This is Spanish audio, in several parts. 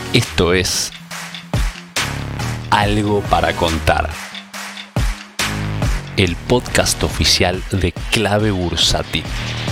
Esto es Algo para Contar, el podcast oficial de Clave Bursátil.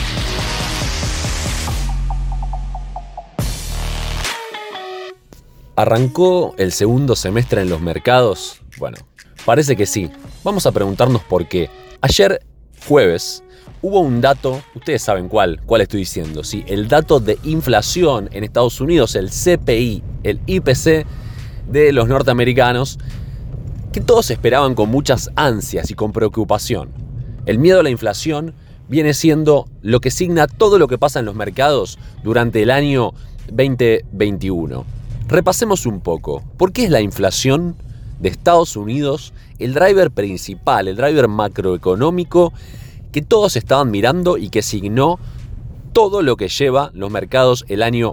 ¿Arrancó el segundo semestre en los mercados? Bueno, parece que sí. Vamos a preguntarnos por qué. Ayer, jueves, hubo un dato, ustedes saben cuál estoy diciendo, ¿sí? El dato de inflación en Estados Unidos, el CPI, el IPC de los norteamericanos, que todos esperaban con muchas ansias y con preocupación. El miedo a la inflación viene siendo lo que signa todo lo que pasa en los mercados durante el año 2021. Repasemos un poco. ¿Por qué es la inflación de Estados Unidos el driver principal, el driver macroeconómico que todos estaban mirando y que signó todo lo que lleva los mercados el año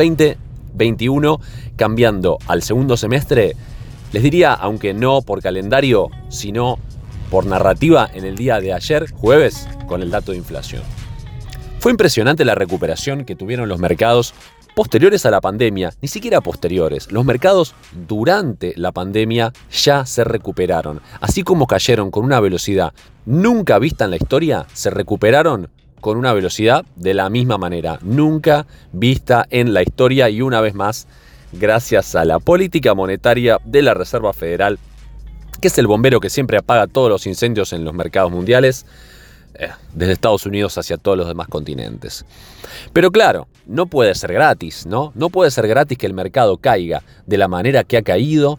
2021, cambiando al segundo semestre? Les diría, aunque no por calendario, sino por narrativa, en el día de ayer, jueves, con el dato de inflación. Fue impresionante la recuperación que tuvieron los mercados posteriores a la pandemia, ni siquiera posteriores. Los mercados durante la pandemia ya se recuperaron. Así como cayeron con una velocidad nunca vista en la historia, se recuperaron con una velocidad de la misma manera, nunca vista en la historia, y una vez más, gracias a la política monetaria de la Reserva Federal, que es el bombero que siempre apaga todos los incendios en los mercados mundiales, desde Estados Unidos hacia todos los demás continentes. Pero claro, no puede ser gratis, ¿no? No puede ser gratis que el mercado caiga de la manera que ha caído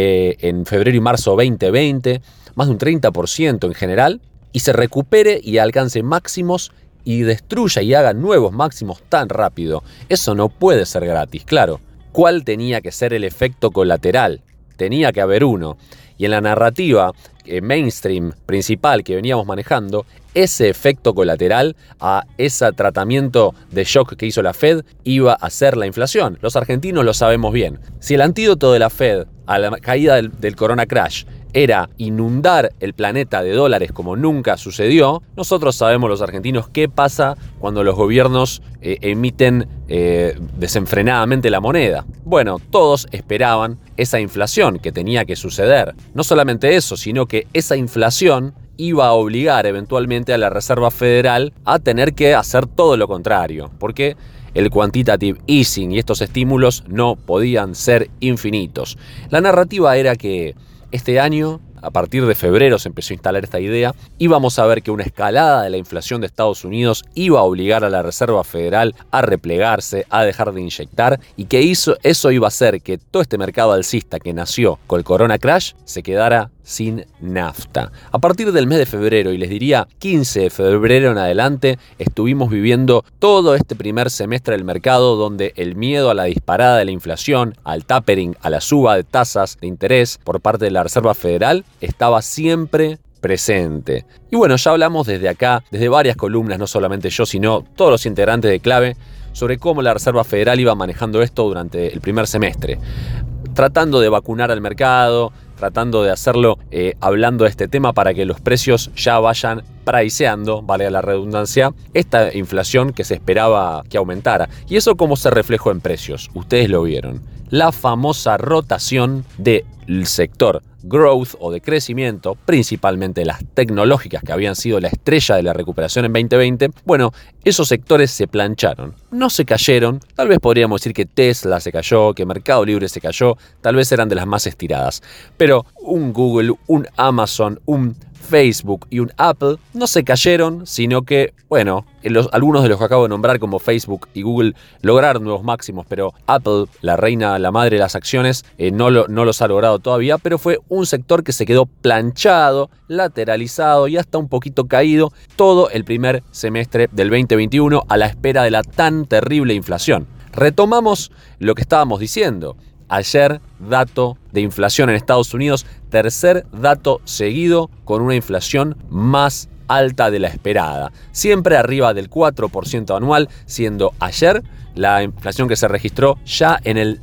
en febrero y marzo 2020, más de un 30% en general, y se recupere y alcance máximos y destruya y haga nuevos máximos tan rápido. Eso no puede ser gratis, claro. ¿Cuál tenía que ser el efecto colateral? Tenía que haber uno. Y en la narrativa mainstream principal que veníamos manejando, ese efecto colateral a ese tratamiento de shock que hizo la Fed iba a ser la inflación. Los argentinos lo sabemos bien. Si el antídoto de la Fed a la caída del Corona Crash era inundar el planeta de dólares como nunca sucedió, nosotros sabemos los argentinos qué pasa cuando los gobiernos emiten desenfrenadamente la moneda. Bueno, todos esperaban esa inflación que tenía que suceder. No solamente eso, sino que esa inflación iba a obligar eventualmente a la Reserva Federal a tener que hacer todo lo contrario, porque el quantitative easing y estos estímulos no podían ser infinitos. La narrativa era que este año, a partir de febrero se empezó a instalar esta idea, íbamos a ver que una escalada de la inflación de Estados Unidos iba a obligar a la Reserva Federal a replegarse, a dejar de inyectar, y que eso iba a hacer que todo este mercado alcista que nació con el Corona Crash se quedara sin nafta. A partir del mes de febrero, y les diría 15 de febrero en adelante, estuvimos viviendo todo este primer semestre del mercado donde el miedo a la disparada de la inflación, al tapering, a la suba de tasas de interés por parte de la Reserva Federal, estaba siempre presente. Y bueno, ya hablamos desde acá, desde varias columnas, no solamente yo, sino todos los integrantes de Clave, sobre cómo la Reserva Federal iba manejando esto durante el primer semestre, tratando de vacunar al mercado, tratando de hacerlo hablando de este tema para que los precios ya vayan priceando, vale la redundancia, esta inflación que se esperaba que aumentara. ¿Y eso cómo se reflejó en precios? Ustedes lo vieron. La famosa rotación del sector growth o de crecimiento, principalmente las tecnológicas que habían sido la estrella de la recuperación en 2020, bueno, esos sectores se plancharon, no se cayeron. Tal vez podríamos decir que Tesla se cayó, que Mercado Libre se cayó, tal vez eran de las más estiradas, pero un Google, un Amazon, un Facebook y un Apple no se cayeron, sino que, bueno, algunos de los que acabo de nombrar como Facebook y Google lograron nuevos máximos, pero Apple, la reina, la madre de las acciones, no los ha logrado todavía, pero fue un sector que se quedó planchado, lateralizado y hasta un poquito caído todo el primer semestre del 2021 a la espera de la tan terrible inflación. Retomamos lo que estábamos diciendo. Ayer, dato de inflación en Estados Unidos, tercer dato seguido con una inflación más alta de la esperada, siempre arriba del 4% anual, siendo ayer la inflación que se registró ya en el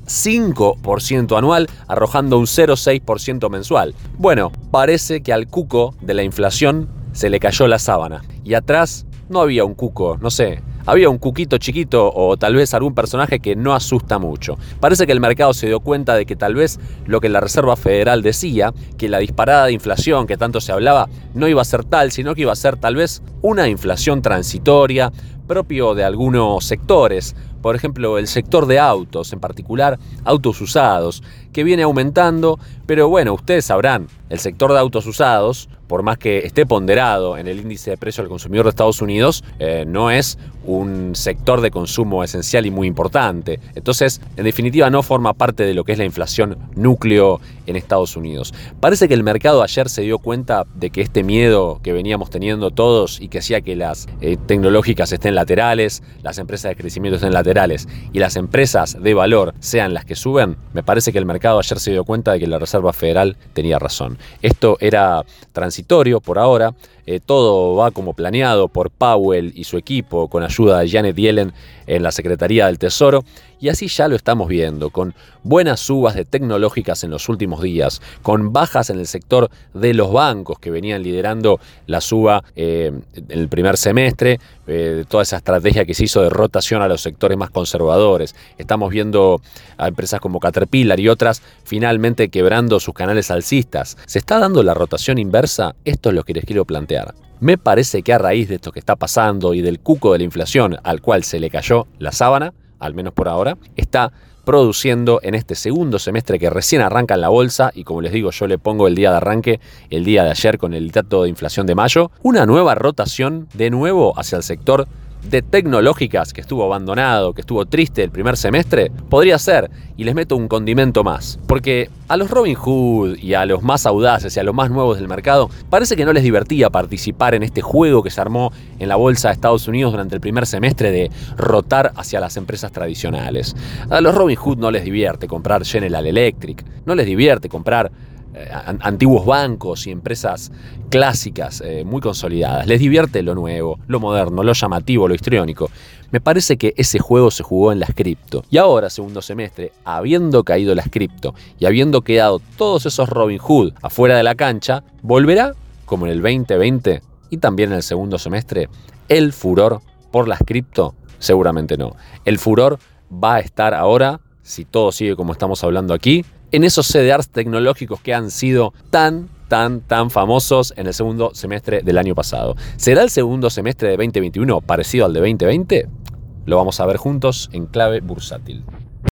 5% anual, arrojando un 0,6% mensual. Bueno, parece que al cuco de la inflación se le cayó la sábana, y atrás no había un cuco, no sé, había un cuquito chiquito o tal vez algún personaje que no asusta mucho. Parece que el mercado se dio cuenta de que tal vez lo que la Reserva Federal decía, que la disparada de inflación que tanto se hablaba no iba a ser tal, sino que iba a ser tal vez una inflación transitoria, propio de algunos sectores. Por ejemplo, el sector de autos, en particular autos usados, que viene aumentando, pero bueno, ustedes sabrán, el sector de autos usados, por más que esté ponderado en el índice de precio al consumidor de Estados Unidos, no es un sector de consumo esencial y muy importante. Entonces, en definitiva, no forma parte de lo que es la inflación núcleo en Estados Unidos. Parece que el mercado ayer se dio cuenta de que este miedo que veníamos teniendo todos y que hacía que las tecnológicas estén laterales, las empresas de crecimiento estén laterales y las empresas de valor sean las que suben, me parece que el mercado ayer se dio cuenta de que la Reserva Federal tenía razón. Esto era transitorio por ahora. Todo va como planeado por Powell y su equipo con ayuda de Janet Yellen en la Secretaría del Tesoro, y así ya lo estamos viendo, con buenas subas de tecnológicas en los últimos días, con bajas en el sector de los bancos que venían liderando la suba en el primer semestre, toda esa estrategia que se hizo de rotación a los sectores más conservadores. Estamos viendo a empresas como Caterpillar y otras finalmente quebrando sus canales alcistas. ¿Se está dando la rotación inversa? Esto es lo que les quiero plantear. Me parece que a raíz de esto que está pasando y del cuco de la inflación al cual se le cayó la sábana, al menos por ahora, está produciendo en este segundo semestre que recién arranca en la bolsa, y como les digo, yo le pongo el día de arranque, el día de ayer con el dato de inflación de mayo, una nueva rotación de nuevo hacia el sector de tecnológicas que estuvo abandonado, que estuvo triste el primer semestre. Podría ser, y les meto un condimento más, porque a los Robinhood y a los más audaces y a los más nuevos del mercado parece que no les divertía participar en este juego que se armó en la bolsa de Estados Unidos durante el primer semestre de rotar hacia las empresas tradicionales. A los Robinhood no les divierte comprar General Electric, no les divierte comprar antiguos bancos y empresas clásicas muy consolidadas. Les divierte lo nuevo, lo moderno, lo llamativo, lo histriónico. Me parece que ese juego se jugó en las cripto. Y ahora, segundo semestre, habiendo caído las cripto y habiendo quedado todos esos Robinhood afuera de la cancha, volverá, como en el 2020 y también en el segundo semestre, el furor por las cripto. Seguramente no. El furor va a estar ahora, si todo sigue como estamos hablando aquí, en esos CDRs tecnológicos que han sido tan famosos en el segundo semestre del año pasado. ¿Será el segundo semestre de 2021 parecido al de 2020? Lo vamos a ver juntos en Clave Bursátil.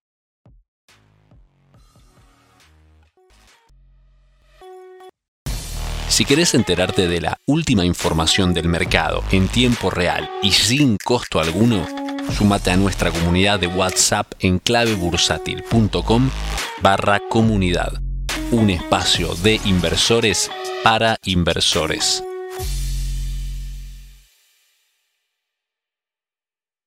Si querés enterarte de la última información del mercado en tiempo real y sin costo alguno, súmate a nuestra comunidad de WhatsApp en clavebursátil.com/comunidad. Un espacio de inversores para inversores.